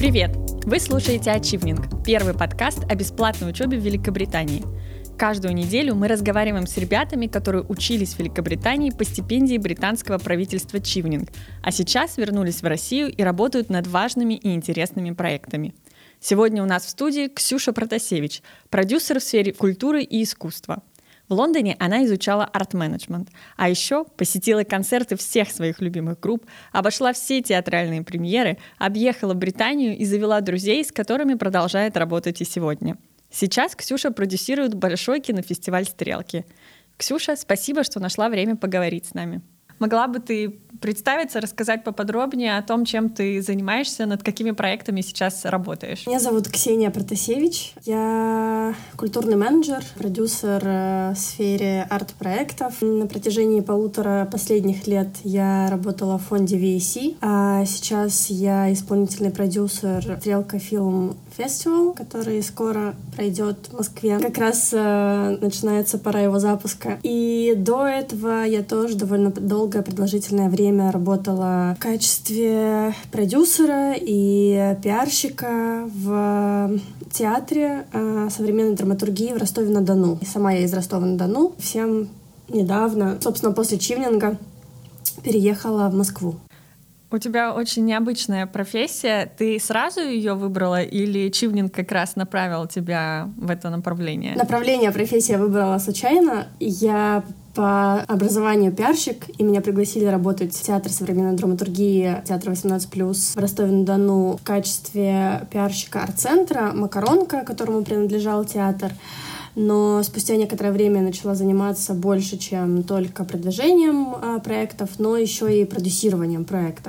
Привет! Вы слушаете Achieving, первый подкаст о бесплатной учебе в Великобритании. Каждую неделю мы разговариваем с ребятами, которые учились в Великобритании по стипендии британского правительства Achieving, а сейчас вернулись в Россию и работают над важными и интересными проектами. Сегодня у нас в студии Ксюша Протасевич, продюсер в сфере культуры и искусства. В Лондоне она изучала арт-менеджмент, а еще посетила концерты всех своих любимых групп, обошла все театральные премьеры, объехала Британию и завела друзей, с которыми продолжает работать и сегодня. Сейчас Ксюша продюсирует большой кинофестиваль «Стрелки». Ксюша, спасибо, что нашла время поговорить с нами. Могла бы ты представиться, рассказать поподробнее о том, чем ты занимаешься, над какими проектами сейчас работаешь? Меня зовут Ксения Протасевич. Я культурный менеджер, продюсер в сфере арт-проектов. На протяжении 1,5 последних лет я работала в фонде VAC, а сейчас я исполнительный продюсер «Стрелка Film Festival», который скоро пройдет в Москве. Как раз начинается пора его запуска. И до этого я тоже довольно долгое продолжительное время работала в качестве продюсера и пиарщика в театре современной драматургии в Ростове-на-Дону. И сама я из Ростова-на-Дону. Всем недавно, собственно, после Чивнинга переехала в Москву. У тебя очень необычная профессия. Ты сразу ее выбрала или Чивнинг как раз направил тебя в это направление? Направление профессии я выбрала случайно. Я по образованию пиарщик, и меня пригласили работать в Театр современной драматургии, театр 18+, в Ростове-на-Дону в качестве пиарщика арт-центра «Макаронка», которому принадлежал театр. Но спустя некоторое время я начала заниматься больше, чем только продвижением проектов, но еще и продюсированием проектов.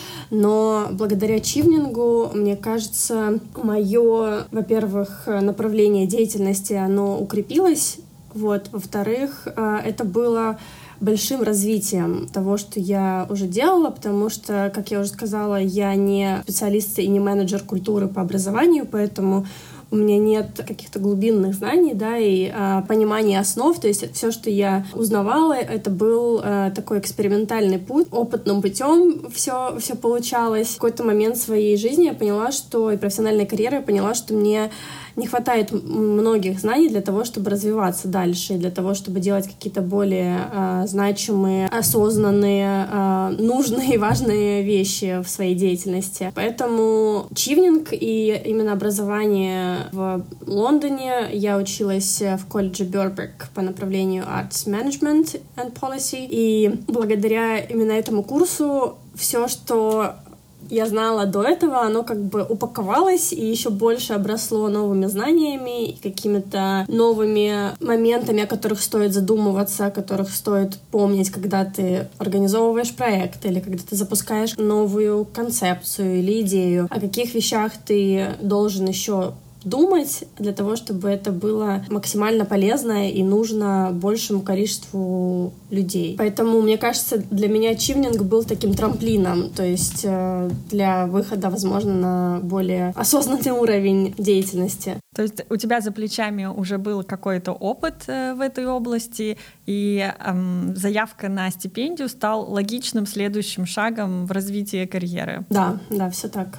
Но благодаря Чивнингу, мне кажется, мое, во-первых, направление деятельности, оно укрепилось. Во-вторых, это было большим развитием того, что я уже делала, потому что, как я уже сказала, я не специалист и не менеджер культуры по образованию, поэтому у меня нет каких-то глубинных знаний, да, и понимания основ, то есть все, что я узнавала, это был такой экспериментальный путь, опытным путем все получалось. В какой-то момент своей жизни я поняла, что и профессиональной карьеры я поняла, что мне не хватает многих знаний для того, чтобы развиваться дальше, и для того, чтобы делать какие-то более значимые, осознанные, нужные и важные вещи в своей деятельности. Поэтому Чивнинг и именно образование в Лондоне. Я училась в колледже Birkbeck по направлению Arts Management and Policy. И благодаря именно этому курсу все, что я знала до этого, оно как бы упаковалось и еще больше обросло новыми знаниями и какими-то новыми моментами, о которых стоит задумываться, о которых стоит помнить, когда ты организовываешь проект или когда ты запускаешь новую концепцию или идею, о каких вещах ты должен еще думать для того, чтобы это было максимально полезно и нужно большему количеству людей. Поэтому, мне кажется, для меня Чивнинг был таким трамплином, то есть для выхода, возможно, на более осознанный уровень деятельности. То есть у тебя за плечами уже был какой-то опыт в этой области, и заявка на стипендию стал логичным следующим шагом в развитии карьеры. Да, все так.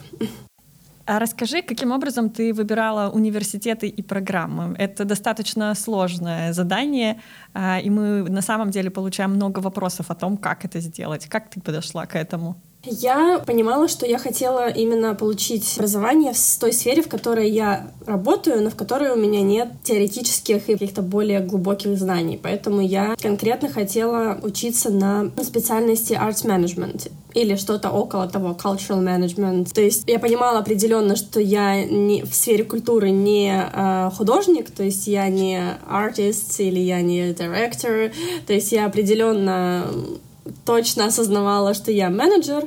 А расскажи, каким образом ты выбирала университеты и программы? Это достаточно сложное задание, и мы на самом деле получаем много вопросов о том, как это сделать. Как ты подошла к этому? Я понимала, что я хотела именно получить образование в той сфере, в которой я работаю, но в которой у меня нет теоретических и каких-то более глубоких знаний. Поэтому я конкретно хотела учиться на специальности Arts Management или что-то около того, Cultural Management. То есть я понимала определенно, что я не, в сфере культуры не художник, то есть я не artist или я не director. То есть я определенно точно осознавала, что я менеджер,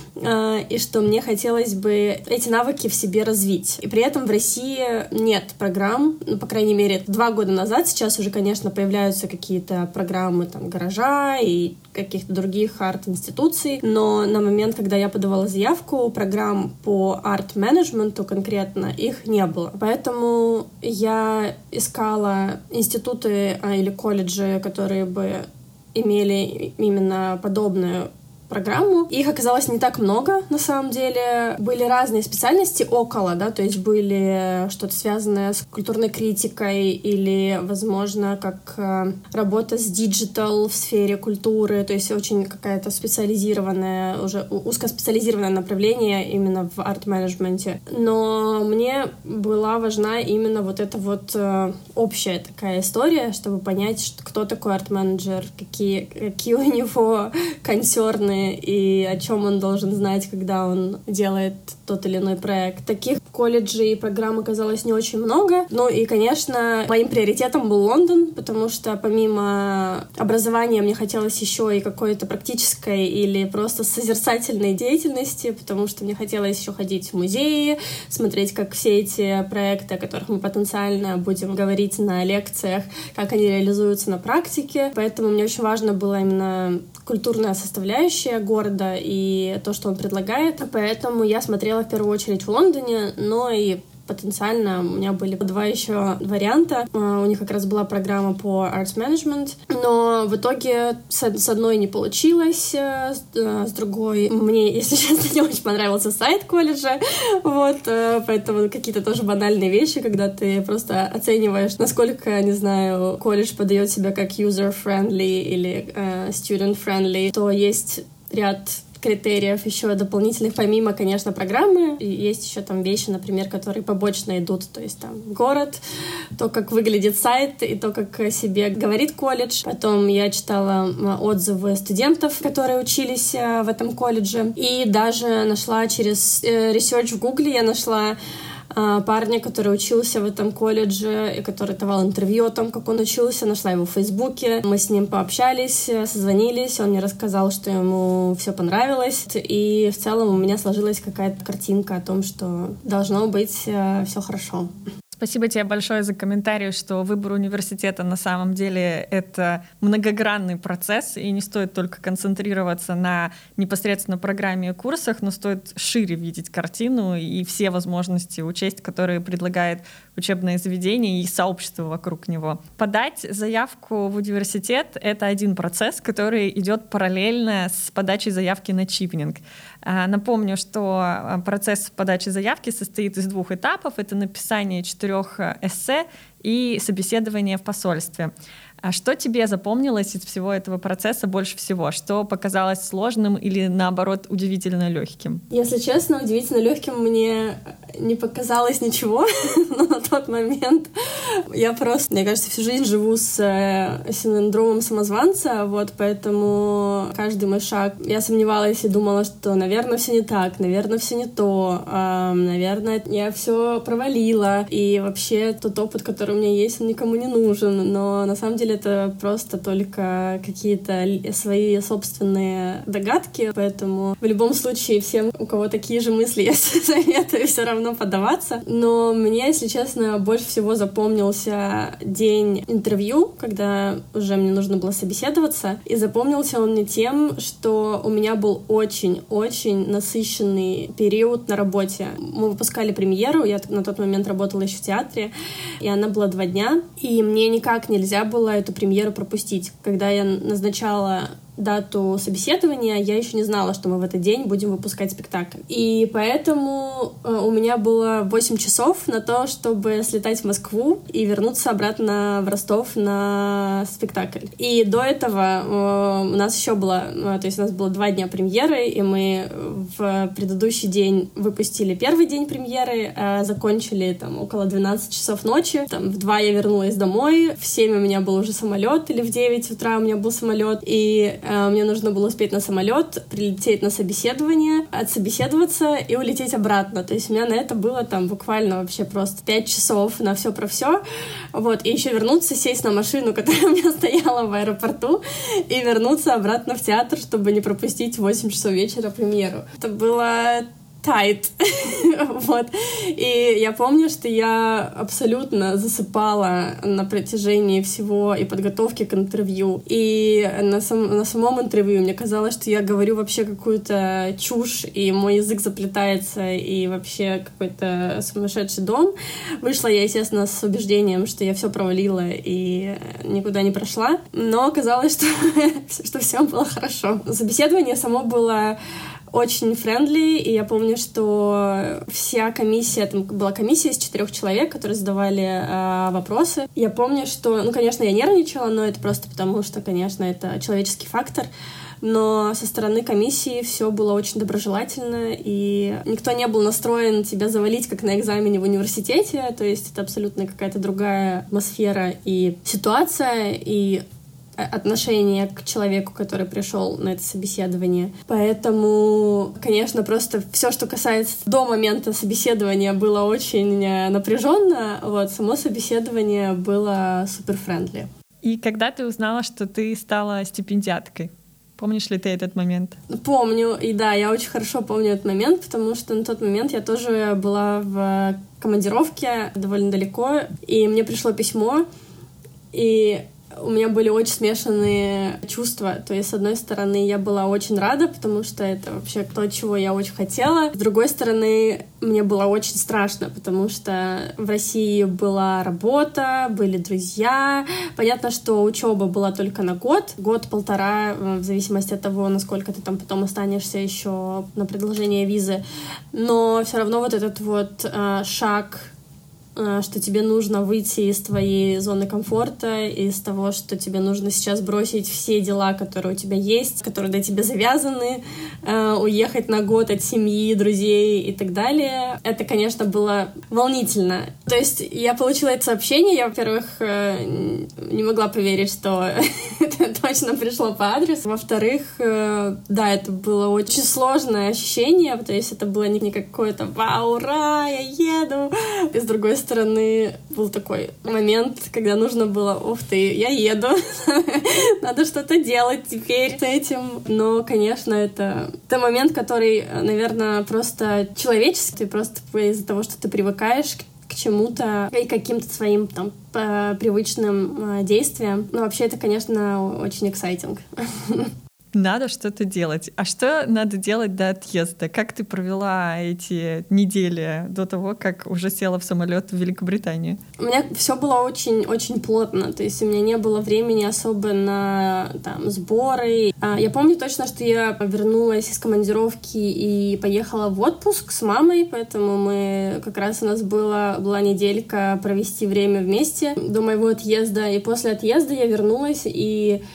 и что мне хотелось бы эти навыки в себе развить. И при этом в России нет программ, ну, по крайней мере, 2 года назад. Сейчас уже, конечно, появляются какие-то программы там «Гаража» и каких-то других арт-институций, но на момент, когда я подавала заявку, программ по арт-менеджменту конкретно их не было. Поэтому я искала институты или колледжи, которые бы имели именно подобную программу. Их оказалось не так много, на самом деле. Были разные специальности около, да, то есть были что-то связанное с культурной критикой или, возможно, как работа с диджитал в сфере культуры, то есть очень какая-то специализированная, уже узкоспециализированное направление именно в арт-менеджменте. Но мне была важна именно вот эта вот общая такая история, чтобы понять, кто такой арт-менеджер, какие у него консерны и о чем он должен знать, когда он делает тот или иной проект. Таких колледжей и программ оказалось не очень много. Ну и, конечно, моим приоритетом был Лондон, потому что помимо образования мне хотелось еще и какой-то практической или просто созерцательной деятельности, потому что мне хотелось еще ходить в музеи, смотреть, как все эти проекты, о которых мы потенциально будем говорить на лекциях, как они реализуются на практике. Поэтому мне очень важно было именно культурная составляющая города и то, что он предлагает. Поэтому я смотрела в первую очередь в Лондоне, но и потенциально у меня были два еще варианта. У них как раз была программа по Arts Management, но в итоге с одной не получилось, с другой мне, если честно, не очень понравился сайт колледжа, вот, поэтому какие-то тоже банальные вещи, когда ты просто оцениваешь, насколько, не знаю, колледж подает себя как user-friendly или student-friendly, то есть ряд критериев еще дополнительных, помимо, конечно, программы. И есть еще там вещи, например, которые побочно идут, то есть там город, то, как выглядит сайт и то, как о себе говорит колледж. Потом я читала отзывы студентов, которые учились в этом колледже, и даже нашла через ресерч в Гугле, я нашла парня, который учился в этом колледже и который давал интервью о том, как он учился. Нашла его в Фейсбуке. Мы с ним пообщались, созвонились. Он мне рассказал, что ему все понравилось. И в целом у меня сложилась какая-то картинка о том, что должно быть все хорошо. Спасибо тебе большое за комментарий, что выбор университета на самом деле это многогранный процесс, и не стоит только концентрироваться на непосредственно программе и курсах, но стоит шире видеть картину и все возможности учесть, которые предлагает учебное заведение и сообщество вокруг него. Подать заявку в университет — это один процесс, который идет параллельно с подачей заявки на чипнинг. Напомню, что процесс подачи заявки состоит из 2 этапов. Это написание 4 эссе и собеседование в посольстве. А что тебе запомнилось из всего этого процесса больше всего? Что показалось сложным или, наоборот, удивительно легким? Если честно, удивительно легким мне не показалось ничего, но на тот момент я просто, мне кажется, всю жизнь живу с синдромом самозванца, вот, поэтому каждый мой шаг я сомневалась и думала, что, наверное, все не так, наверное, все не то, наверное, я все провалила, и вообще тот опыт, который у меня есть, он никому не нужен, но на самом деле это просто только какие-то свои собственные догадки, поэтому в любом случае всем, у кого такие же мысли, я советую все равно подаваться. Но мне, если честно, больше всего запомнился день интервью, когда уже мне нужно было собеседоваться, и запомнился он мне тем, что у меня был очень-очень насыщенный период на работе. Мы выпускали премьеру, я на тот момент работала еще в театре, и она была 2 дня, и мне никак нельзя было эту премьеру пропустить. Когда я назначала дату собеседования, я еще не знала, что мы в этот день будем выпускать спектакль. И поэтому у меня было 8 часов на то, чтобы слетать в Москву и вернуться обратно в Ростов на спектакль. И до этого у нас еще было, то есть у нас было 2 дня премьеры, и мы в предыдущий день выпустили первый день премьеры, закончили там около 12 часов ночи. Там в 2 я вернулась домой, в 7 у меня был уже самолет, или в 9 утра у меня был самолет, и мне нужно было успеть на самолет, прилететь на собеседование, отсобеседоваться и улететь обратно. То есть у меня на это было там буквально вообще просто 5 часов на все про все. Вот. И еще вернуться, сесть на машину, которая у меня стояла в аэропорту, и вернуться обратно в театр, чтобы не пропустить в 8 часов вечера премьеру. Это было tight. Вот. И я помню, что я абсолютно засыпала на протяжении всего и подготовки к интервью, и на самом интервью мне казалось, что я говорю вообще какую-то чушь, и мой язык заплетается, и вообще какой-то сумасшедший дом. Вышла я, естественно, с убеждением, что я все провалила и никуда не прошла, но оказалось, что все было хорошо. Собеседование само было очень френдли, и я помню, что вся комиссия, там была комиссия из 4 человек, которые задавали вопросы. Я помню, что, конечно, я нервничала, но это просто потому, что, конечно, это человеческий фактор, но со стороны комиссии все было очень доброжелательно, и никто не был настроен тебя завалить, как на экзамене в университете, то есть это абсолютно какая-то другая атмосфера и ситуация, и отношение к человеку, который пришел на это собеседование. Поэтому, конечно, просто все, что касается до момента собеседования, было очень напряженно. Вот, само собеседование было супер-френдли. И когда ты узнала, что ты стала стипендиаткой? Помнишь ли ты этот момент? Помню, и да, я очень хорошо помню этот момент, потому что на тот момент я тоже была в командировке довольно далеко, и мне пришло письмо, и у меня были очень смешанные чувства. То есть, с одной стороны, я была очень рада, потому что это вообще то, чего я очень хотела. С другой стороны, мне было очень страшно, потому что в России была работа, были друзья. Понятно, что учеба была только на год-полтора, в зависимости от того, насколько ты там потом останешься еще на продолжение визы. Но все равно вот этот вот шаг, что тебе нужно выйти из твоей зоны комфорта, из того, что тебе нужно сейчас бросить все дела, которые у тебя есть, которые до тебя завязаны, уехать на год от семьи, друзей и так далее. Это, конечно, было волнительно. То есть я получила это сообщение, я, во-первых, не могла поверить, что это точно пришло по адресу. Во-вторых, да, это было очень сложное ощущение, то есть это было не какое-то «Вау, ура, я еду!» И с другой стороны, был такой момент, когда нужно было «Ух ты, я еду, надо что-то делать теперь с этим». Но, конечно, это момент, который, наверное, просто человеческий, просто из-за того, что ты привыкаешь к чему-то и каким-то своим там привычным действиям. Но вообще это, конечно, очень exciting. Надо что-то делать. А что надо делать до отъезда? Как ты провела эти недели до того, как уже села в самолет в Великобританию? У меня все было очень-очень плотно. То есть у меня не было времени особо на там сборы. Я помню точно, что я вернулась из командировки и поехала в отпуск с мамой, поэтому мы как раз у нас была неделька провести время вместе до моего отъезда. И после отъезда я вернулась и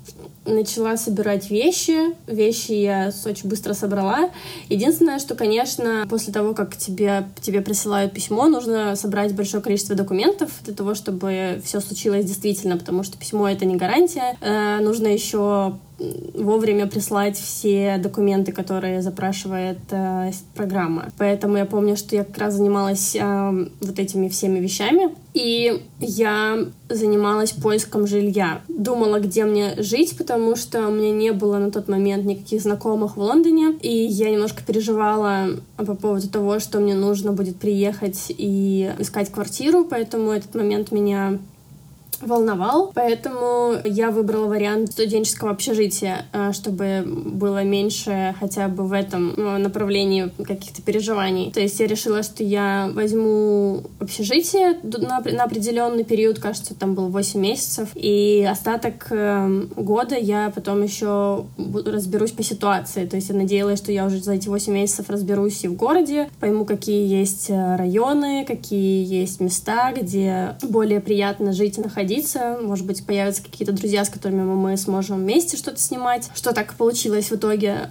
начала собирать вещи. Вещи я очень быстро собрала. Единственное, что, конечно, после того, как тебе присылают письмо, нужно собрать большое количество документов для того, чтобы все случилось действительно, потому что письмо — это не гарантия. Нужно еще вовремя прислать все документы, которые запрашивает программа. Поэтому я помню, что я как раз занималась вот этими всеми вещами. И я занималась поиском жилья. Думала, где мне жить, потому что у меня не было на тот момент никаких знакомых в Лондоне. И я немножко переживала по поводу того, что мне нужно будет приехать и искать квартиру. Поэтому этот момент меня волновал, поэтому я выбрала вариант студенческого общежития, чтобы было меньше хотя бы в этом направлении каких-то переживаний. То есть я решила, что я возьму общежитие на определенный период, кажется, там было 8 месяцев, и остаток года я потом еще разберусь по ситуации. То есть я надеялась, что я уже за эти 8 месяцев разберусь и в городе, пойму, какие есть районы, какие есть места, где более приятно жить и находиться. Может быть, появятся какие-то друзья, с которыми мы сможем вместе что-то снимать, что так получилось в итоге.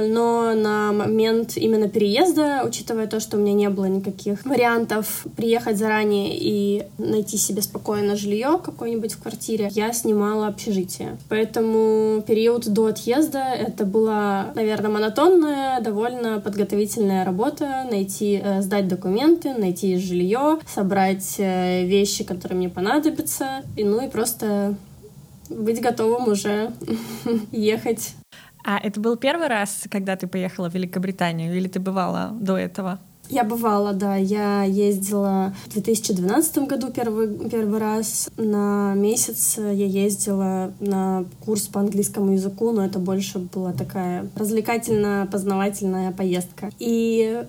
Но на момент именно переезда, учитывая то, что у меня не было никаких вариантов приехать заранее и найти себе спокойно жилье какое-нибудь в квартире, я снимала общежитие. Поэтому период до отъезда это была, наверное, монотонная, довольно подготовительная работа. Сдать документы, найти жилье, собрать вещи, которые мне понадобятся, и просто быть готовым уже ехать. А это был первый раз, когда ты поехала в Великобританию, или ты бывала до этого? Я бывала, да. Я ездила в 2012 году первый раз. На месяц я ездила на курс по английскому языку, но это больше была такая развлекательно-познавательная поездка. И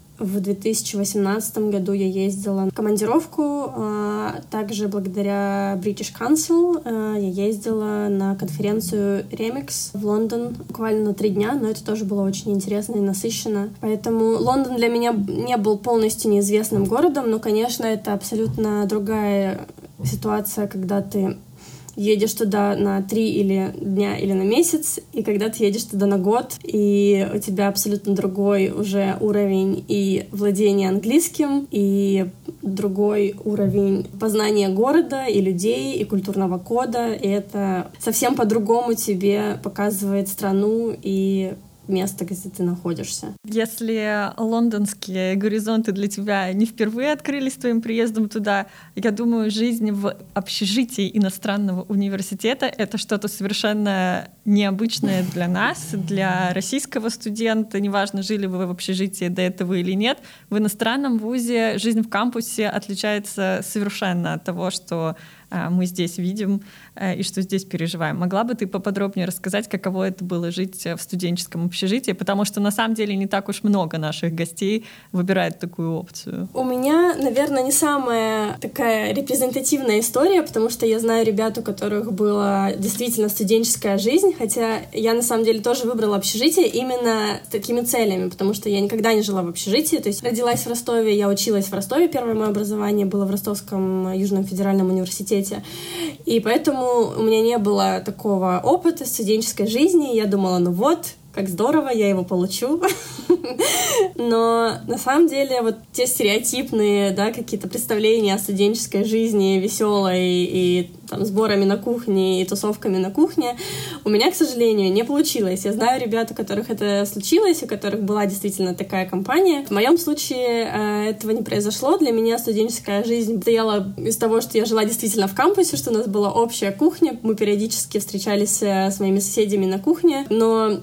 в 2018 году я ездила в командировку. Также благодаря British Council я ездила на конференцию Remix в Лондон буквально на 3 дня, но это тоже было очень интересно и насыщенно. Поэтому Лондон для меня не был полностью неизвестным городом, но, конечно, это абсолютно другая ситуация, когда ты едешь туда на 3 дня или на месяц, и когда ты едешь туда на год, и у тебя абсолютно другой уже уровень и владения английским, и другой уровень познания города, и людей, и культурного кода, и это совсем по-другому тебе показывает страну и место, где ты находишься. Если лондонские горизонты для тебя не впервые открылись твоим приездом туда, я думаю, жизнь в общежитии иностранного университета — это что-то совершенно необычное для нас, для российского студента. Неважно, жили вы в общежитии до этого или нет, в иностранном вузе жизнь в кампусе отличается совершенно от того, что мы здесь видим и что здесь переживаем. Могла бы ты поподробнее рассказать, каково это было жить в студенческом общежитии? Потому что на самом деле не так уж много наших гостей выбирает такую опцию. У меня, наверное, не самая такая репрезентативная история, потому что я знаю ребят, у которых была действительно студенческая жизнь, хотя я на самом деле тоже выбрала общежитие именно с такими целями, потому что я никогда не жила в общежитии, то есть родилась в Ростове, я училась в Ростове, первое мое образование было в Ростовском Южном федеральном университете, и поэтому у меня не было такого опыта студенческой жизни. Я думала, ну вот, как здорово, я его получу. Но на самом деле вот те стереотипные, да, какие-то представления о студенческой жизни веселой и там сборами на кухне и тусовками на кухне у меня, к сожалению, не получилось. Я знаю ребят, у которых это случилось, у которых была действительно такая компания. В моем случае этого не произошло. Для меня студенческая жизнь состояла из того, что я жила действительно в кампусе, что у нас была общая кухня. Мы периодически встречались с моими соседями на кухне, но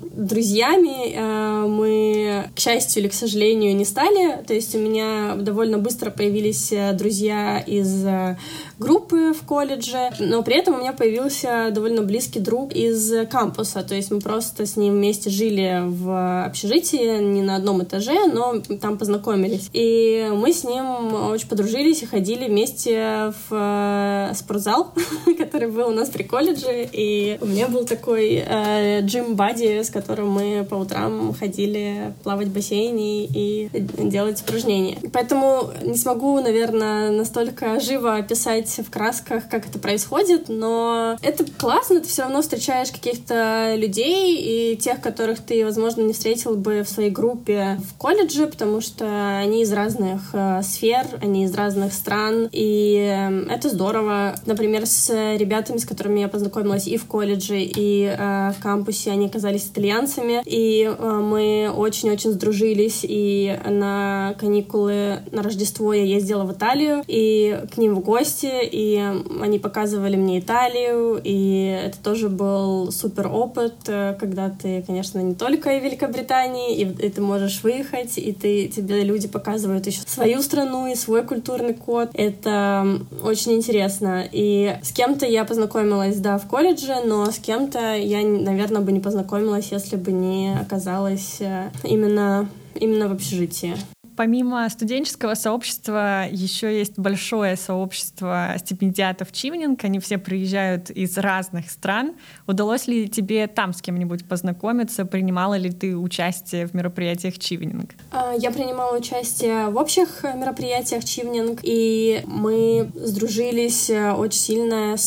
друзьями мы, к счастью или к сожалению, не стали. То есть у меня довольно быстро появились друзья из группы в колледже, но при этом у меня появился довольно близкий друг из кампуса, то есть мы просто с ним вместе жили в общежитии, не на одном этаже, но там познакомились. И мы с ним очень подружились и ходили вместе в спортзал, который был у нас при колледже, и у меня был такой джим-бадди, с которым мы по утрам ходили плавать в бассейне и делать упражнения. Поэтому не смогу, наверное, настолько живо описать в красках, как это происходит, но это классно, ты все равно встречаешь каких-то людей и тех, которых ты, возможно, не встретил бы в своей группе в колледже, потому что они из разных сфер, они из разных стран, и это здорово. Например, с ребятами, с которыми я познакомилась и в колледже, и в кампусе, они оказались итальянцами, и мы очень-очень сдружились, и на каникулы, на Рождество я ездила в Италию, и к ним в гости, и они показывали мне Италию, и это тоже был супер опыт, когда ты, конечно, не только в Великобритании, и ты можешь выехать, и тебе люди показывают еще свою страну и свой культурный код. Это очень интересно. И с кем-то я познакомилась, да, в колледже, но с кем-то я, наверное, бы не познакомилась, если бы не оказалась именно в общежитии. Помимо студенческого сообщества еще есть большое сообщество стипендиатов Chevening. Они все приезжают из разных стран. Удалось ли тебе там с кем-нибудь познакомиться? Принимала ли ты участие в мероприятиях Chevening? Я принимала участие в общих мероприятиях Chevening, и мы сдружились очень сильно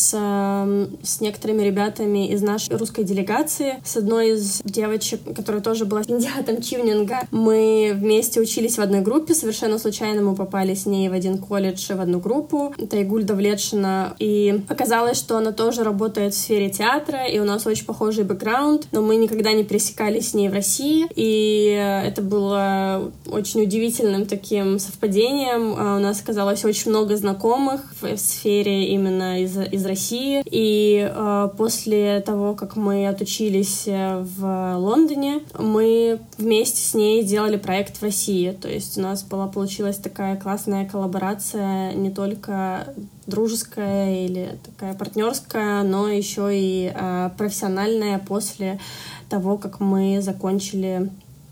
с некоторыми ребятами из нашей русской делегации. С одной из девочек, которая тоже была стипендиатом Chevening, мы вместе учились в одной одной группе. Совершенно случайно мы попали с ней в один колледж, в одну группу. Это Айгуль Давлетшина. И оказалось, что она тоже работает в сфере театра, и у нас очень похожий бэкграунд, но мы никогда не пересекались с ней в России. И это было очень удивительным таким совпадением. У нас оказалось очень много знакомых в сфере именно из России. И после того, как мы отучились в Лондоне, мы вместе с ней делали проект в России. То есть у нас получилась такая классная коллаборация, не только дружеская или такая партнерская, но еще и профессиональная после того, как мы закончили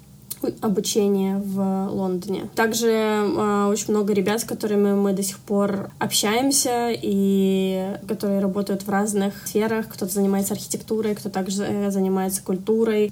обучение в Лондоне. Также очень много ребят, с которыми мы до сих пор общаемся и которые работают в разных сферах. Кто-то занимается архитектурой, кто-то также занимается культурой,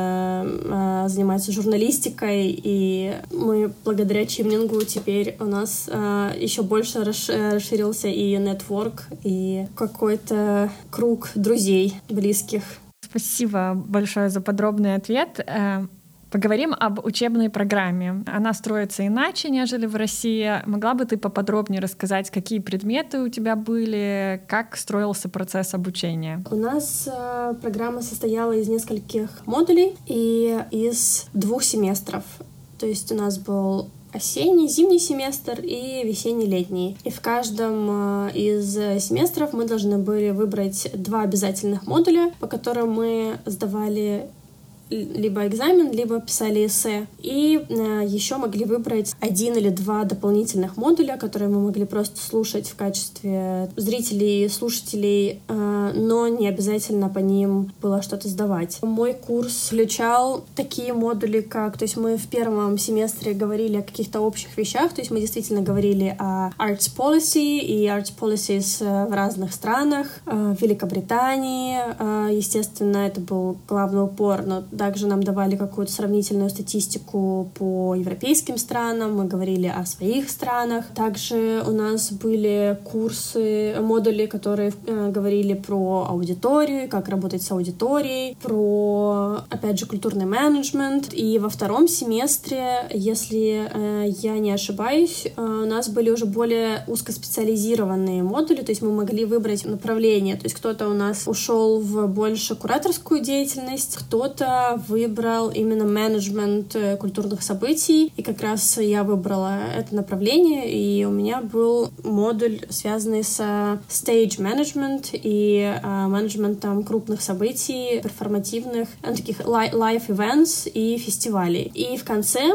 кто-то занимается журналистикой. И мы благодаря чимнингу теперь у нас еще больше расширился и нетворк, и какой-то круг друзей близких. Спасибо большое за подробный ответ. Поговорим об учебной программе. Она строится иначе, нежели в России. Могла бы ты поподробнее рассказать, какие предметы у тебя были, как строился процесс обучения? У нас программа состояла из нескольких модулей и из 2 семестров. То есть у нас был осенний, зимний семестр и весенний-летний. И в каждом из семестров мы должны были выбрать 2 обязательных модуля, по которым мы сдавали либо экзамен, либо писали эссе. И еще могли выбрать 1 или 2 дополнительных модуля, которые мы могли просто слушать в качестве зрителей, слушателей, но не обязательно по ним было что-то сдавать. Мой курс включал такие модули, как... То есть мы в первом семестре говорили о каких-то общих вещах, то есть мы действительно говорили о Arts Policy и Arts Policies в разных странах. В Великобритании, естественно, это был главный упор, но также нам давали какую-то сравнительную статистику по европейским странам, мы говорили о своих странах. Также у нас были курсы, модули, которые говорили про аудиторию, как работать с аудиторией, про, опять же, культурный менеджмент. И во втором семестре, если я не ошибаюсь, у нас были уже более узкоспециализированные модули, то есть мы могли выбрать направление. То есть кто-то у нас ушел в больше кураторскую деятельность, кто-то выбрал именно менеджмент культурных событий, и как раз я выбрала это направление, и у меня был модуль, связанный с stage management и менеджментом крупных событий, перформативных, таких live events и фестивалей. И в конце,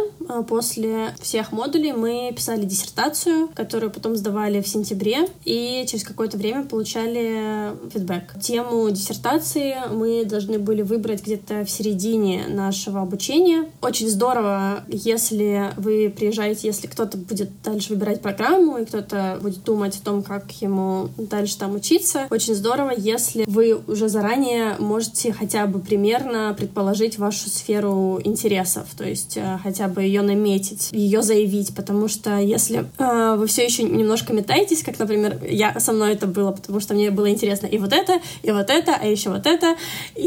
после всех модулей, мы писали диссертацию, которую потом сдавали в сентябре, и через какое-то время получали фидбэк. Тему диссертации мы должны были выбрать где-то в середине нашего обучения. Очень здорово, если вы приезжаете, если кто-то будет дальше выбирать программу, и кто-то будет думать о том, как ему дальше там учиться. Очень здорово, если вы уже заранее можете хотя бы примерно предположить вашу сферу интересов, то есть хотя бы ее наметить, ее заявить, потому что если вы все еще немножко метаетесь, как, например, со мной это было, потому что мне было интересно и вот это, а еще вот это,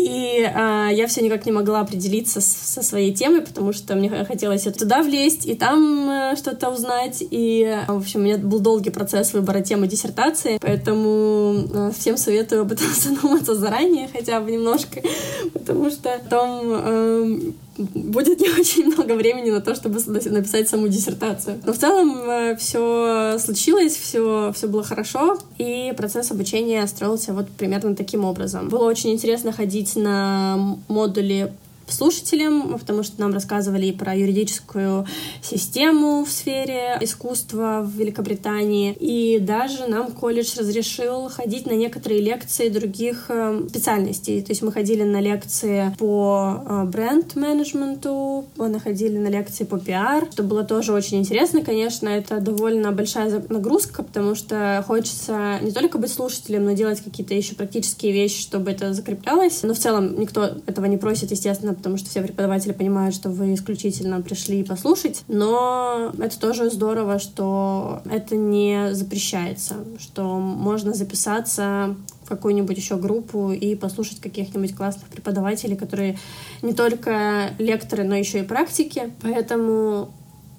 и я все никак не могла определиться со своей темой, потому что мне хотелось туда влезть и там что-то узнать. И, в общем, у меня был долгий процесс выбора темы диссертации, поэтому всем советую об этом задуматься заранее, хотя бы немножко, потому что потом будет не очень много времени на то, чтобы написать саму диссертацию. Но в целом все случилось, все было хорошо, и процесс обучения строился вот примерно таким образом. Было очень интересно ходить на модули слушателям, потому что нам рассказывали и про юридическую систему в сфере искусства в Великобритании, и даже нам колледж разрешил ходить на некоторые лекции других специальностей. То есть мы ходили на лекции по бренд-менеджменту, мы ходили на лекции по пиар, что было тоже очень интересно. Конечно, это довольно большая нагрузка, потому что хочется не только быть слушателем, но делать какие-то еще практические вещи, чтобы это закреплялось. Но в целом никто этого не просит, естественно, потому что все преподаватели понимают, что вы исключительно пришли послушать, но это тоже здорово, что это не запрещается, что можно записаться в какую-нибудь еще группу и послушать каких-нибудь классных преподавателей, которые не только лекторы, но еще и практики. Поэтому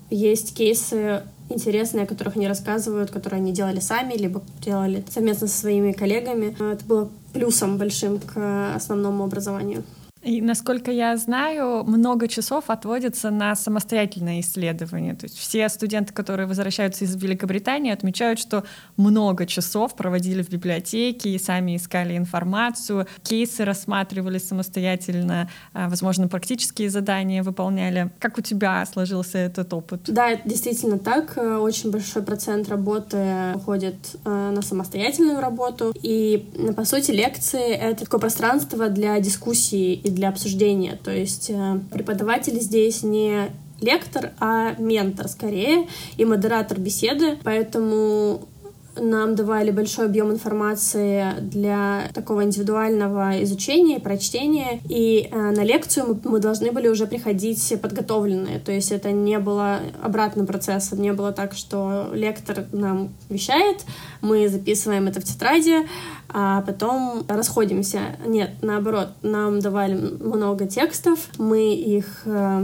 есть кейсы интересные, о которых они рассказывают, которые они делали сами, либо делали совместно со своими коллегами. Это было плюсом большим к основному образованию. И, насколько я знаю, много часов отводится на самостоятельное исследование. То есть все студенты, которые возвращаются из Великобритании, отмечают, что много часов проводили в библиотеке и сами искали информацию, кейсы рассматривали самостоятельно, возможно, практические задания выполняли. Как у тебя сложился этот опыт? Да, это действительно так. Очень большой процент работы уходит на самостоятельную работу. И, по сути, лекции — это такое пространство для дискуссии и для обсуждения. То есть преподаватель здесь не лектор, а ментор скорее, и модератор беседы. Поэтому нам давали большой объем информации для такого индивидуального изучения и прочтения, и на лекцию мы должны были уже приходить подготовленные, то есть это не было обратным процессом, не было так, что лектор нам вещает, мы записываем это в тетради, а потом расходимся. Нет, наоборот, нам давали много текстов, мы их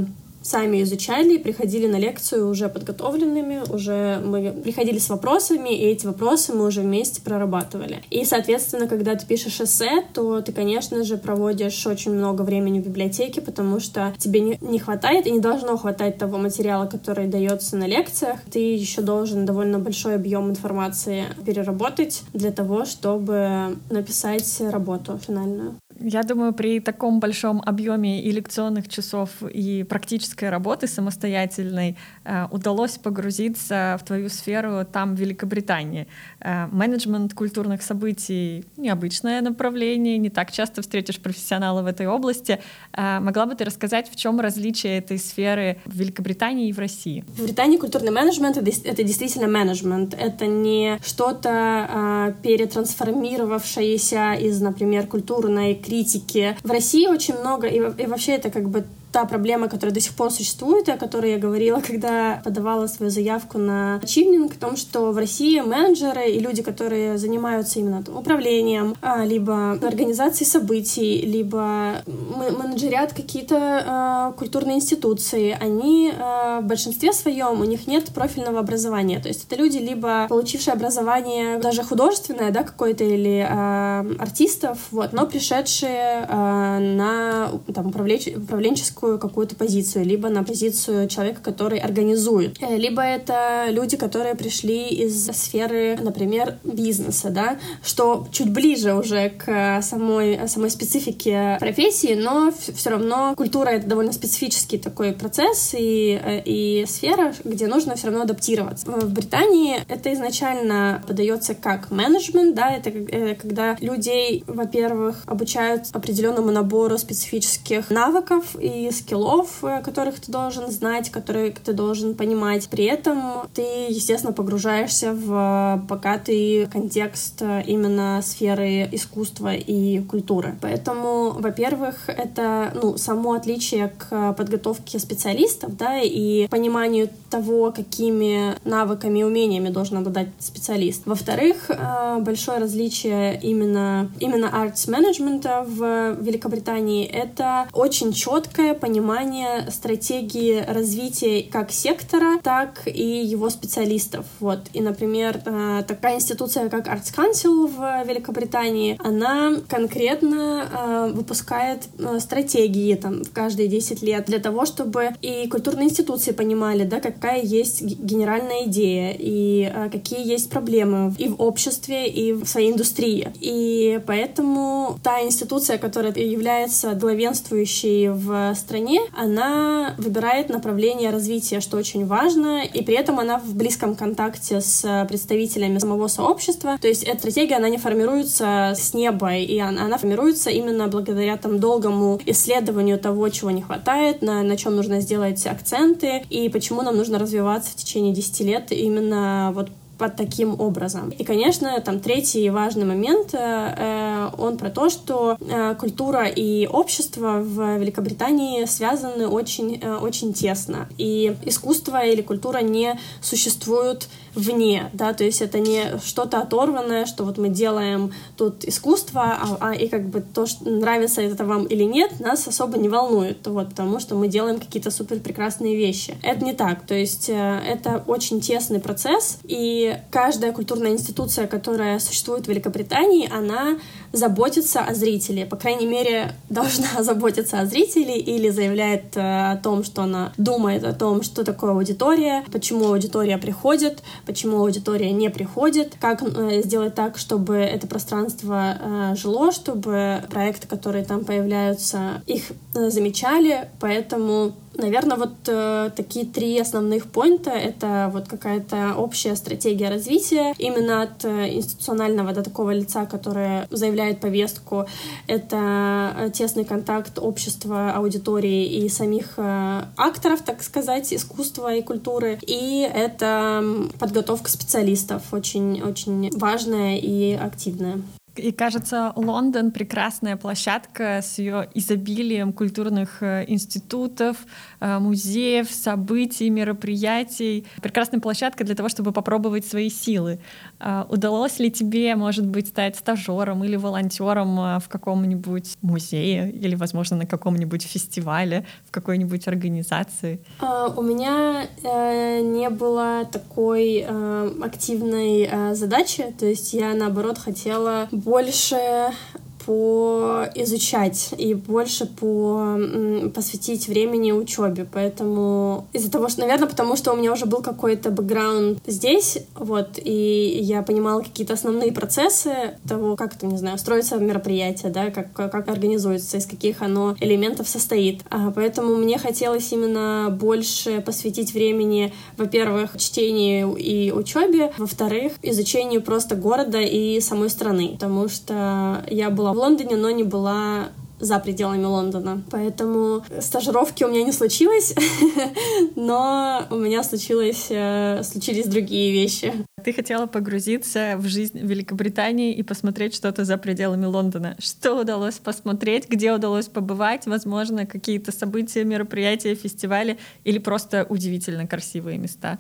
сами изучали, приходили на лекцию уже подготовленными, уже мы приходили с вопросами, и эти вопросы мы уже вместе прорабатывали. И, соответственно, когда ты пишешь эссе, то ты, конечно же, проводишь очень много времени в библиотеке, потому что тебе не хватает и не должно хватать того материала, который дается на лекциях. Ты еще должен довольно большой объем информации переработать для того, чтобы написать работу финальную. Я думаю, при таком большом объеме и лекционных часов, и практической работы самостоятельной удалось погрузиться в твою сферу там, в Великобритании. Менеджмент культурных событий — необычное направление, не так часто встретишь профессионала в этой области. Могла бы ты рассказать, в чем различие этой сферы в Великобритании и в России? В Британии культурный менеджмент — это действительно менеджмент. Это не что-то перетрансформировавшееся из, например, культурной критики. В России очень много, и вообще это как бы та проблема, которая до сих пор существует, о которой я говорила, когда подавала свою заявку на ачивнинг, о том, что в России менеджеры и люди, которые занимаются именно управлением, либо организацией событий, либо менеджерят какие-то культурные институции, они в большинстве своем, у них нет профильного образования. То есть это люди, либо получившие образование даже художественное, да, какое-то, или артистов, вот, но пришедшие на там, управленческую какую-то позицию, либо на позицию человека, который организует. Либо это люди, которые пришли из сферы, например, бизнеса, да, что чуть ближе уже к самой специфике профессии, но все равно культура — это довольно специфический такой процесс и сфера, где нужно все равно адаптироваться. В Британии это изначально подается как менеджмент, да, это когда людей, во-первых, обучают определенному набору специфических навыков и скиллов, которых ты должен знать, которые ты должен понимать. При этом ты, естественно, погружаешься в богатый контекст именно сферы искусства и культуры. Поэтому, во-первых, это само отличие к подготовке специалистов, да, и пониманию того, какими навыками и умениями должен обладать специалист. Во-вторых, большое различие именно arts-менеджмента в Великобритании — это очень четкое понимание стратегии развития как сектора, так и его специалистов. Вот. И, например, такая институция, как Arts Council в Великобритании, она конкретно выпускает стратегии там, в каждые 10 лет для того, чтобы и культурные институции понимали, да, какая есть генеральная идея и какие есть проблемы и в обществе, и в своей индустрии. И поэтому та институция, которая является главенствующей в стране, она выбирает направление развития, что очень важно, и при этом она в близком контакте с представителями самого сообщества. То есть эта стратегия, она не формируется с неба, и она формируется именно благодаря там долгому исследованию того, чего не хватает, на чем нужно сделать акценты, и почему нам нужно развиваться в течение 10 лет именно вот под таким образом. И, конечно, там третий важный момент, он про то, что культура и общество в Великобритании связаны очень, очень тесно. И искусство или культура не существуют вне, да, то есть это не что-то оторванное, что вот мы делаем тут искусство, и как бы то, что нравится это вам или нет, нас особо не волнует, вот, потому что мы делаем какие-то супер прекрасные вещи. Это не так, то есть это очень тесный процесс, и каждая культурная институция, которая существует в Великобритании, она заботится о зрителе, по крайней мере, должна заботиться о зрителе или заявляет о том, что она думает о том, что такое аудитория, почему аудитория приходит, почему аудитория не приходит, как сделать так, чтобы это пространство жило, чтобы проекты, которые там появляются, их замечали, поэтому... Наверное, вот такие 3 основных поинта — это вот какая-то общая стратегия развития именно от институционального до такого лица, которое заявляет повестку. Это тесный контакт общества, аудитории и самих акторов, так сказать, искусства и культуры. И это подготовка специалистов, очень-очень важная и активная. И, кажется, Лондон — прекрасная площадка с ее изобилием культурных институтов, музеев, событий, мероприятий. Прекрасная площадка для того, чтобы попробовать свои силы. Удалось ли тебе, может быть, стать стажером или волонтером в каком-нибудь музее или, возможно, на каком-нибудь фестивале, в какой-нибудь организации? У меня не было такой активной задачи, то есть я, наоборот, хотела больше поизучать и больше посвятить времени учебе. Поэтому из-за того, что, наверное, потому что у меня уже был какой-то бэкграунд здесь, вот, и я понимала какие-то основные процессы того, как там, не знаю, строится мероприятие, да, как организуется, из каких оно элементов состоит. Поэтому мне хотелось именно больше посвятить времени, во-первых, чтению и учебе, во-вторых, изучению просто города и самой страны, потому что я была в Лондоне, но не была за пределами Лондона. Поэтому стажировки у меня не случилось, но у меня случились другие вещи. Ты хотела погрузиться в жизнь Великобритании и посмотреть что-то за пределами Лондона. Что удалось посмотреть, где удалось побывать, возможно, какие-то события, мероприятия, фестивали или просто удивительно красивые места?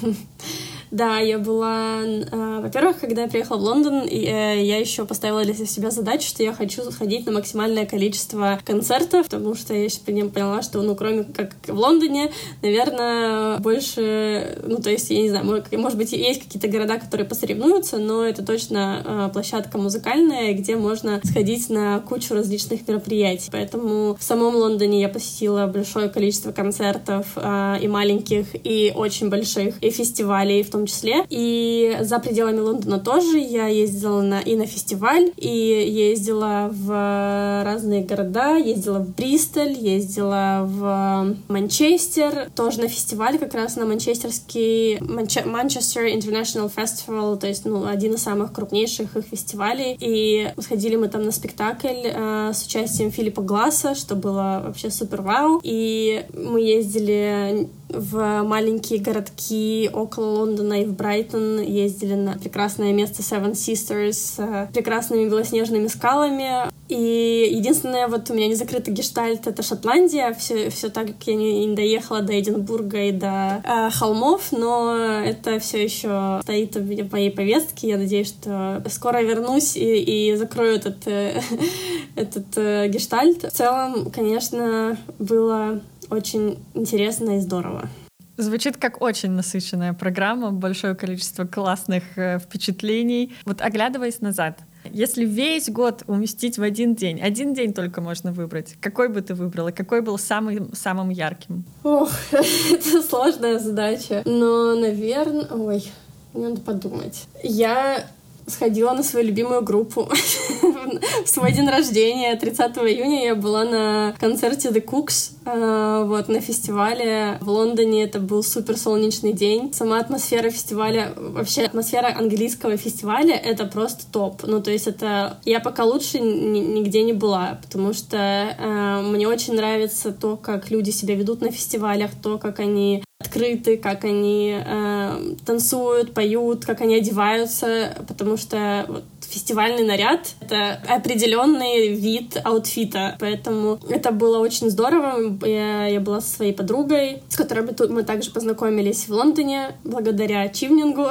Да, я была... Во-первых, когда я приехала в Лондон, я еще поставила для себя задачу, что я хочу сходить на максимальное количество концертов, потому что я поняла, что, кроме как в Лондоне, наверное, больше... то есть, я не знаю, может быть, есть какие-то города, которые посоревнуются, но это точно площадка музыкальная, где можно сходить на кучу различных мероприятий. Поэтому в самом Лондоне я посетила большое количество концертов, и маленьких, и очень больших, и фестивалей в том числе. И за пределами Лондона тоже я ездила и на фестиваль, и ездила в разные города, ездила в Бристоль, ездила в Манчестер, тоже на фестиваль, как раз на манчестерский Manchester International Festival, то есть, один из самых крупнейших их фестивалей. И сходили мы там на спектакль с участием Филиппа Гласса, что было вообще супер вау. И мы ездили в маленькие городки около Лондона и в Брайтон, ездили на прекрасное место Seven Sisters с прекрасными белоснежными скалами. И единственное, у меня не закрытый гештальт — это Шотландия. Все так, как я не доехала до Эдинбурга и до холмов, но это все еще стоит в моей повестке. Я надеюсь, что скоро вернусь и закрою этот гештальт. В целом, конечно, было очень интересно и здорово. Звучит как очень насыщенная программа, большое количество классных впечатлений. Оглядываясь назад, если весь год уместить в один день только можно выбрать, какой бы ты выбрала, какой был самым ярким? Ох, это сложная задача. Но, наверное... Ой, мне надо подумать. Я сходила на свою любимую группу. В свой день рождения, 30 июня, я была на концерте The Cooks, на фестивале в Лондоне. Это был супер солнечный день. Сама атмосфера фестиваля, вообще атмосфера английского фестиваля — это просто топ. То есть это... Я пока лучше нигде не была, потому что мне очень нравится то, как люди себя ведут на фестивалях, то, как они открыты, как они танцуют, поют, как они одеваются, потому что вот фестивальный наряд — это определенный вид аутфита, поэтому это было очень здорово. Я была со своей подругой, с которой мы также познакомились в Лондоне благодаря чивнингу.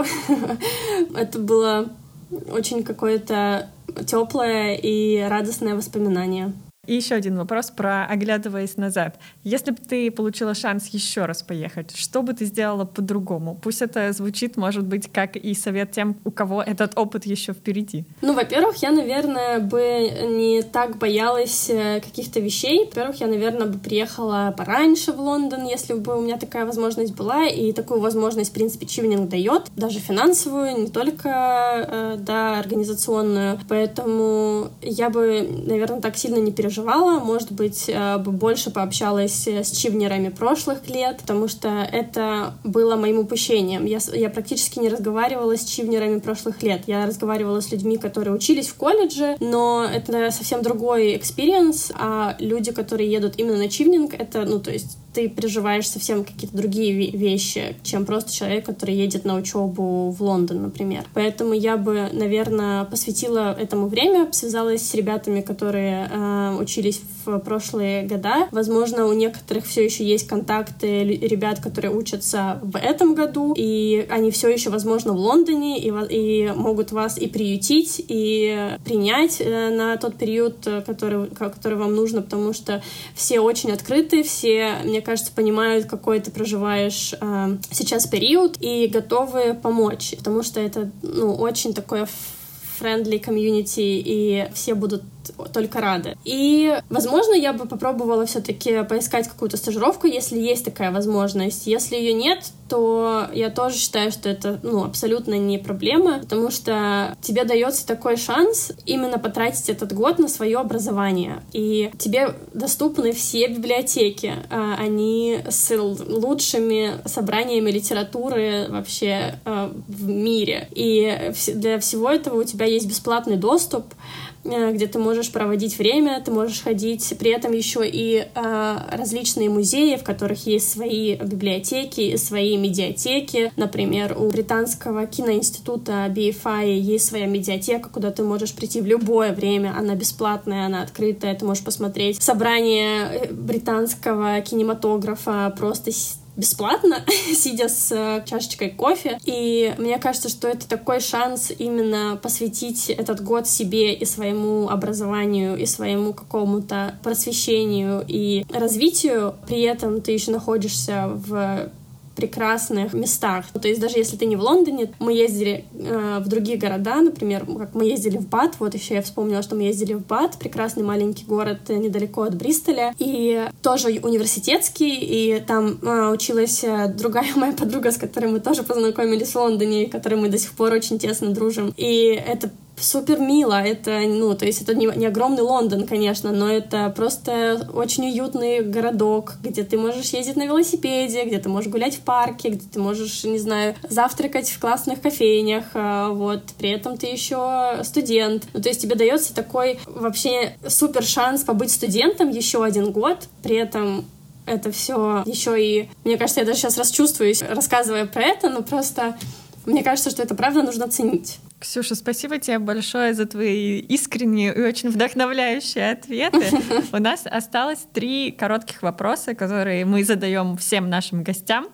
Это было очень какое-то теплое и радостное воспоминание. И еще один вопрос про оглядываясь назад. Если бы ты получила шанс еще раз поехать, что бы ты сделала по-другому? Пусть это звучит, может быть, как и совет тем, у кого этот опыт еще впереди. Ну, во-первых, я, наверное, бы не так боялась каких-то вещей. Во-первых, я, наверное, бы приехала пораньше в Лондон, если бы у меня такая возможность была. И такую возможность, в принципе, чивнинг дает, даже финансовую, не только, да, организационную. Поэтому я бы, наверное, так сильно не переживала. Может быть, бы больше пообщалась с чивнерами прошлых лет, потому что это было моим упущением. Я практически не разговаривала с чивнерами прошлых лет. Я разговаривала с людьми, которые учились в колледже, но это совсем другой экспириенс, а люди, которые едут именно на чивнинг, это, ну, то есть ты переживаешь совсем какие-то другие вещи, чем просто человек, который едет на учебу в Лондон, например. Поэтому я бы, наверное, посвятила этому время, связалась с ребятами, которые учились в прошлые года. Возможно, у некоторых все еще есть контакты ребят, которые учатся в этом году, и они все еще, возможно, в Лондоне, и могут вас и приютить, и принять на тот период, который вам нужно, потому что все очень открыты, все, мне кажется, понимают, какой ты проживаешь сейчас период, и готовы помочь, потому что это, ну, очень такое friendly комьюнити, и все будут только рады. И, возможно, я бы попробовала все-таки поискать какую-то стажировку, если есть такая возможность. Если ее нет, то я тоже считаю, что это, ну, абсолютно не проблема, потому что тебе дается такой шанс именно потратить этот год на свое образование. И тебе доступны все библиотеки. Они с лучшими собраниями литературы вообще в мире. И для всего этого у тебя есть бесплатный доступ, где ты можешь проводить время, ты можешь ходить, при этом еще и различные музеи, в которых есть свои библиотеки и свои медиатеки. Например, у британского киноинститута BFI есть своя медиатека, куда ты можешь прийти в любое время, она бесплатная, она открытая, ты можешь посмотреть собрание британского кинематографа просто бесплатно, сидя с чашечкой кофе. И мне кажется, что это такой шанс именно посвятить этот год себе и своему образованию, и своему какому-то просвещению и развитию. При этом ты еще находишься в прекрасных местах. То есть даже если ты не в Лондоне, мы ездили в другие города, например, как мы ездили в Бат, вот еще я вспомнила, что мы ездили в Бат, прекрасный маленький город недалеко от Бристоля, и тоже университетский, и там училась другая моя подруга, с которой мы тоже познакомились в Лондоне, и которой мы до сих пор очень тесно дружим. И это супер мило, это, ну, то есть это не огромный Лондон, конечно, но это просто очень уютный городок, где ты можешь ездить на велосипеде, где ты можешь гулять в парке, где ты можешь, не знаю, завтракать в классных кофейнях, вот, при этом ты еще студент, ну, то есть тебе дается такой вообще супер шанс побыть студентом еще один год, при этом это все еще и, мне кажется, я даже сейчас расчувствуюсь, рассказывая про это, но просто мне кажется, что это правда нужно ценить. Ксюша, спасибо тебе большое за твои искренние и очень вдохновляющие ответы. У нас осталось 3 коротких вопроса, которые мы задаем всем нашим гостям.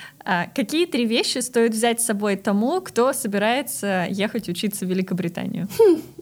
Какие 3 вещи стоит взять с собой тому, кто собирается ехать учиться в Великобританию?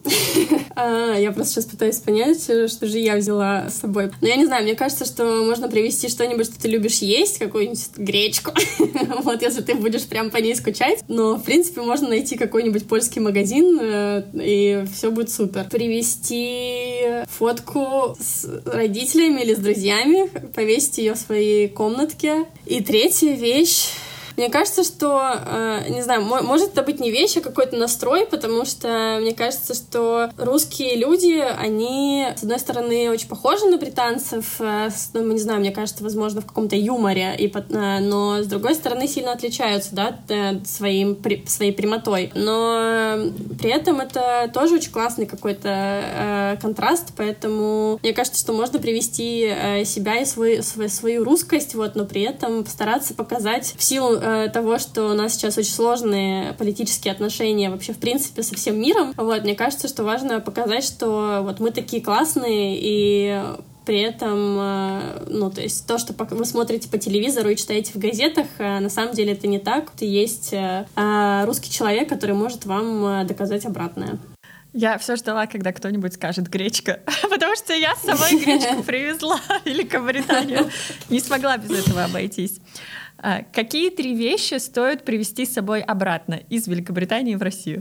Я просто сейчас пытаюсь понять, что же я взяла с собой. Но я не знаю, мне кажется, что можно привезти что-нибудь, что ты любишь есть, какую-нибудь гречку, вот, если ты будешь прям по ней скучать. Но, в принципе, можно найти какой-нибудь польский магазин, и все будет супер. Привезти фотку с родителями или с друзьями, повесить ее в своей комнатке. И 3-я вещь, Мне кажется, что, не знаю, может это быть не вещь, а какой-то настрой, потому что мне кажется, что русские люди, они, с одной стороны, очень похожи на британцев, ну, не знаю, мне кажется, возможно, в каком-то юморе, но, с другой стороны, сильно отличаются, да, своей прямотой. Но при этом это тоже очень классный какой-то контраст, поэтому мне кажется, что можно привести себя и свою русскость, вот, но при этом постараться показать в силу того, что у нас сейчас очень сложные политические отношения вообще, в принципе, со всем миром, вот, мне кажется, что важно показать, что вот мы такие классные, и при этом, ну, то есть то, что вы смотрите по телевизору и читаете в газетах, на самом деле это не так. Есть русский человек, который может вам доказать обратное. Я все ждала, когда кто-нибудь скажет «гречка», потому что я с собой гречку привезла в Великобританию. Не смогла без этого обойтись. Какие 3 вещи стоит привезти с собой обратно из Великобритании в Россию?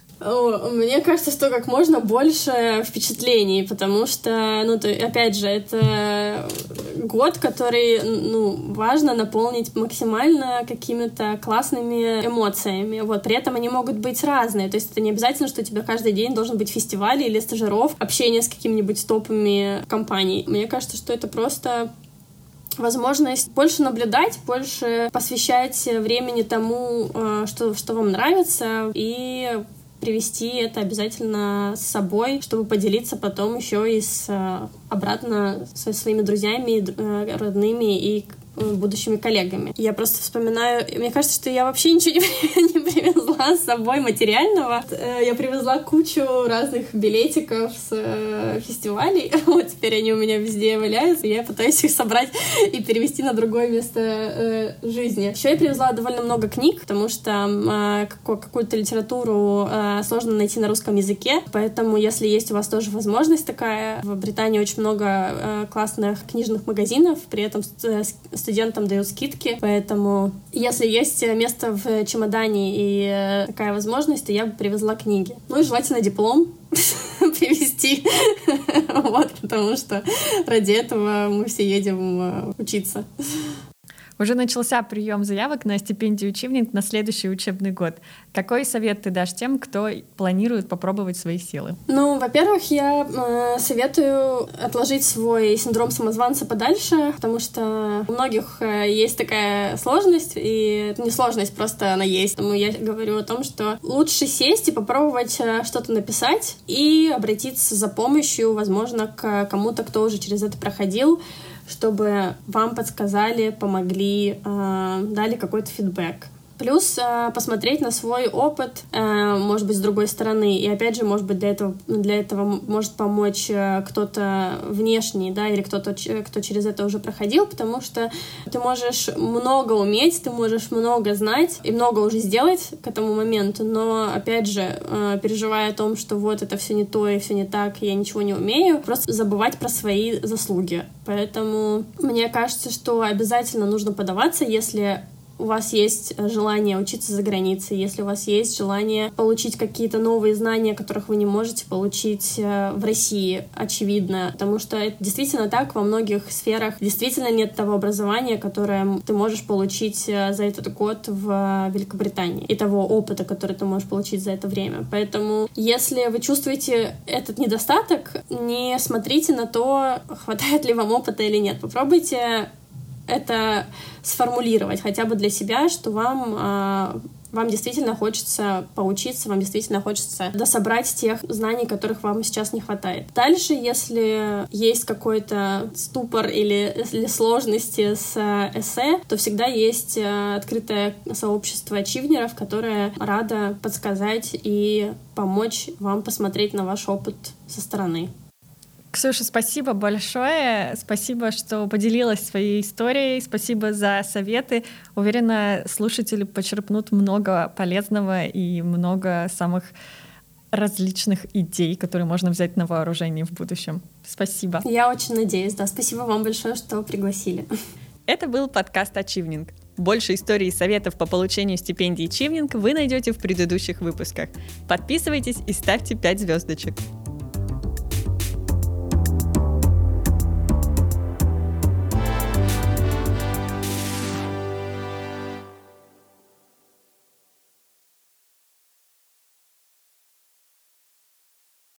Мне кажется, что как можно больше впечатлений, потому что, ну, опять же, это год, который, ну, важно наполнить максимально какими-то классными эмоциями. Вот, при этом они могут быть разные, то есть это не обязательно, что у тебя каждый день должен быть фестиваль или стажировка, общение с какими-нибудь топовыми компаниями. Мне кажется, что это просто возможность больше наблюдать, больше посвящать времени тому, что вам нравится, и привезти это обязательно с собой, чтобы поделиться потом еще и обратно со своими друзьями, родными и будущими коллегами. Я просто вспоминаю... Мне кажется, что я вообще ничего не привезла с собой материального. Я привезла кучу разных билетиков с фестивалей. Вот теперь они у меня везде валяются. Я пытаюсь их собрать и перевести на другое место жизни. Еще я привезла довольно много книг, потому что какую-то литературу сложно найти на русском языке. Поэтому, если есть у вас тоже возможность такая, в Британии очень много классных книжных магазинов, при этом студентам дают скидки, поэтому если есть место в чемодане и такая возможность, то я бы привезла книги. Ну и желательно диплом привезти, вот, потому что ради этого мы все едем учиться. Уже начался прием заявок на стипендию «Чивнинг» на следующий учебный год. Какой совет ты дашь тем, кто планирует попробовать свои силы? Ну, во-первых, я советую отложить свой синдром самозванца подальше, потому что у многих есть такая сложность, и не сложность, просто она есть. Поэтому я говорю о том, что лучше сесть и попробовать что-то написать и обратиться за помощью, возможно, к кому-то, кто уже через это проходил, чтобы вам подсказали, помогли, дали какой-то фидбэк. Плюс посмотреть на свой опыт, может быть, с другой стороны. И опять же, может быть, для этого может помочь кто-то внешний, да, или кто через это уже проходил, потому что ты можешь много уметь, ты можешь много знать и много уже сделать к этому моменту, но, опять же, переживая о том, что вот это все не то и все не так, и я ничего не умею, просто забывать про свои заслуги. Поэтому мне кажется, что обязательно нужно подаваться, если у вас есть желание учиться за границей, если у вас есть желание получить какие-то новые знания, которых вы не можете получить в России, очевидно, потому что это действительно так, во многих сферах действительно нет того образования, которое ты можешь получить за этот год в Великобритании, и того опыта, который ты можешь получить за это время. Поэтому, если вы чувствуете этот недостаток, не смотрите на то, хватает ли вам опыта или нет. Попробуйте это сформулировать хотя бы для себя, что вам действительно хочется поучиться, вам действительно хочется дособрать тех знаний, которых вам сейчас не хватает. Дальше, если есть какой-то ступор или сложности с эссе, то всегда есть открытое сообщество ачивнеров, которое радо подсказать и помочь вам посмотреть на ваш опыт со стороны. Ксюша, спасибо большое. Спасибо, что поделилась своей историей. Спасибо за советы. Уверена, слушатели почерпнут много полезного и много самых различных идей, которые можно взять на вооружение в будущем. Спасибо. Я очень надеюсь, да. Спасибо вам большое, что пригласили. Это был подкаст «Ачивнинг». Больше историй и советов по получению стипендии «Чивнинг» вы найдете в предыдущих выпусках. Подписывайтесь и ставьте 5 звездочек.